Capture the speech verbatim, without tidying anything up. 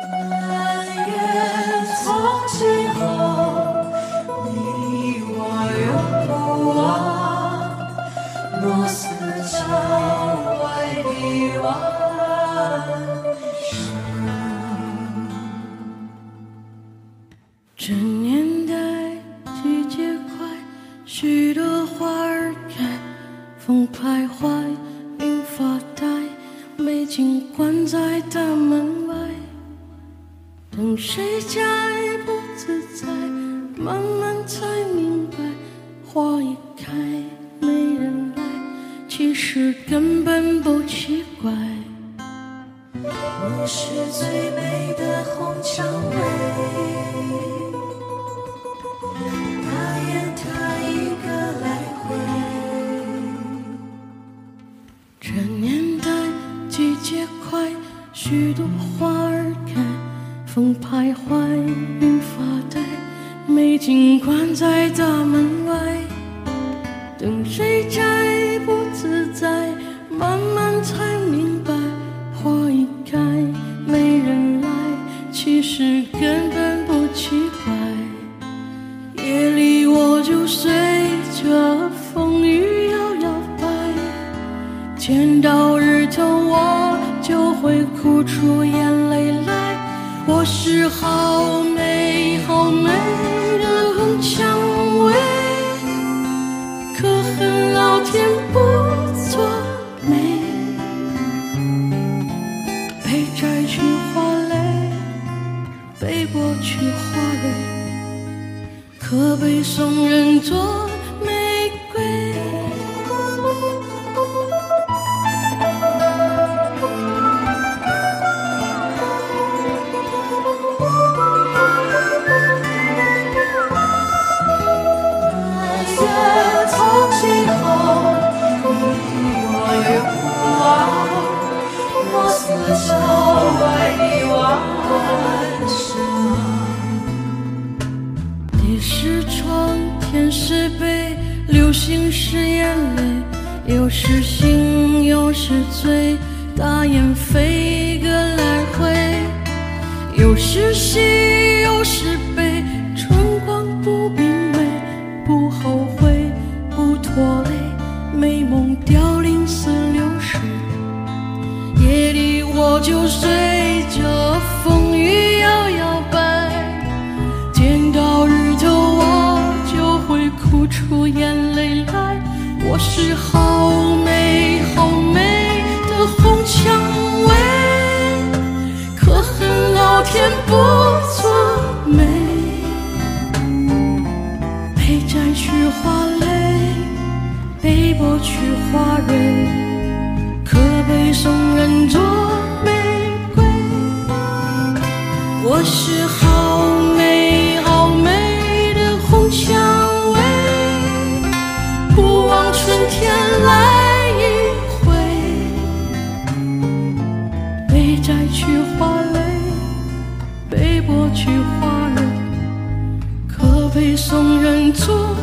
满眼从今后，你我永不忘。莫似郊外的晚上。 这年代季节快，许多花儿开，风徘徊，云发呆，美景关在大门外。等谁家也不自在，慢慢才明白，花一开没人来，其实根本不奇怪。 你是最美的红蔷薇，大雁它一个来回。 这年代季节快，许多花儿开，风徘徊，云发呆，美景关在大门外。等谁摘不自在，慢慢才明白，花一开没人来，其实根本不奇怪。夜里我就随着风雨摇摇摆，见到日头我就会哭出眼泪来。我是好美好美的红蔷薇，可恨老天不作美，被摘去花蕾，被剥去花蕊，可被送人作玫瑰。 从今后，你我永不忘。莫似郊外的晚上。 地是窗，天是杯，流星是眼泪，有时醒，有时醉，大雁飞个来回，有时喜，有时悲，春光不明媚，不后悔，不拖累，美梦凋零似流水。夜里我就随着风雨摇摇摆，见到日头我就会哭出眼泪来。我是好美好美的红蔷薇，可恨老天不作美，被摘去花蕾，被剥去花蕊，可被送人作玫瑰。我是好美好美的红蔷薇，不枉春天来一回，被摘去花蕾，被剥去花蕊，可被送人作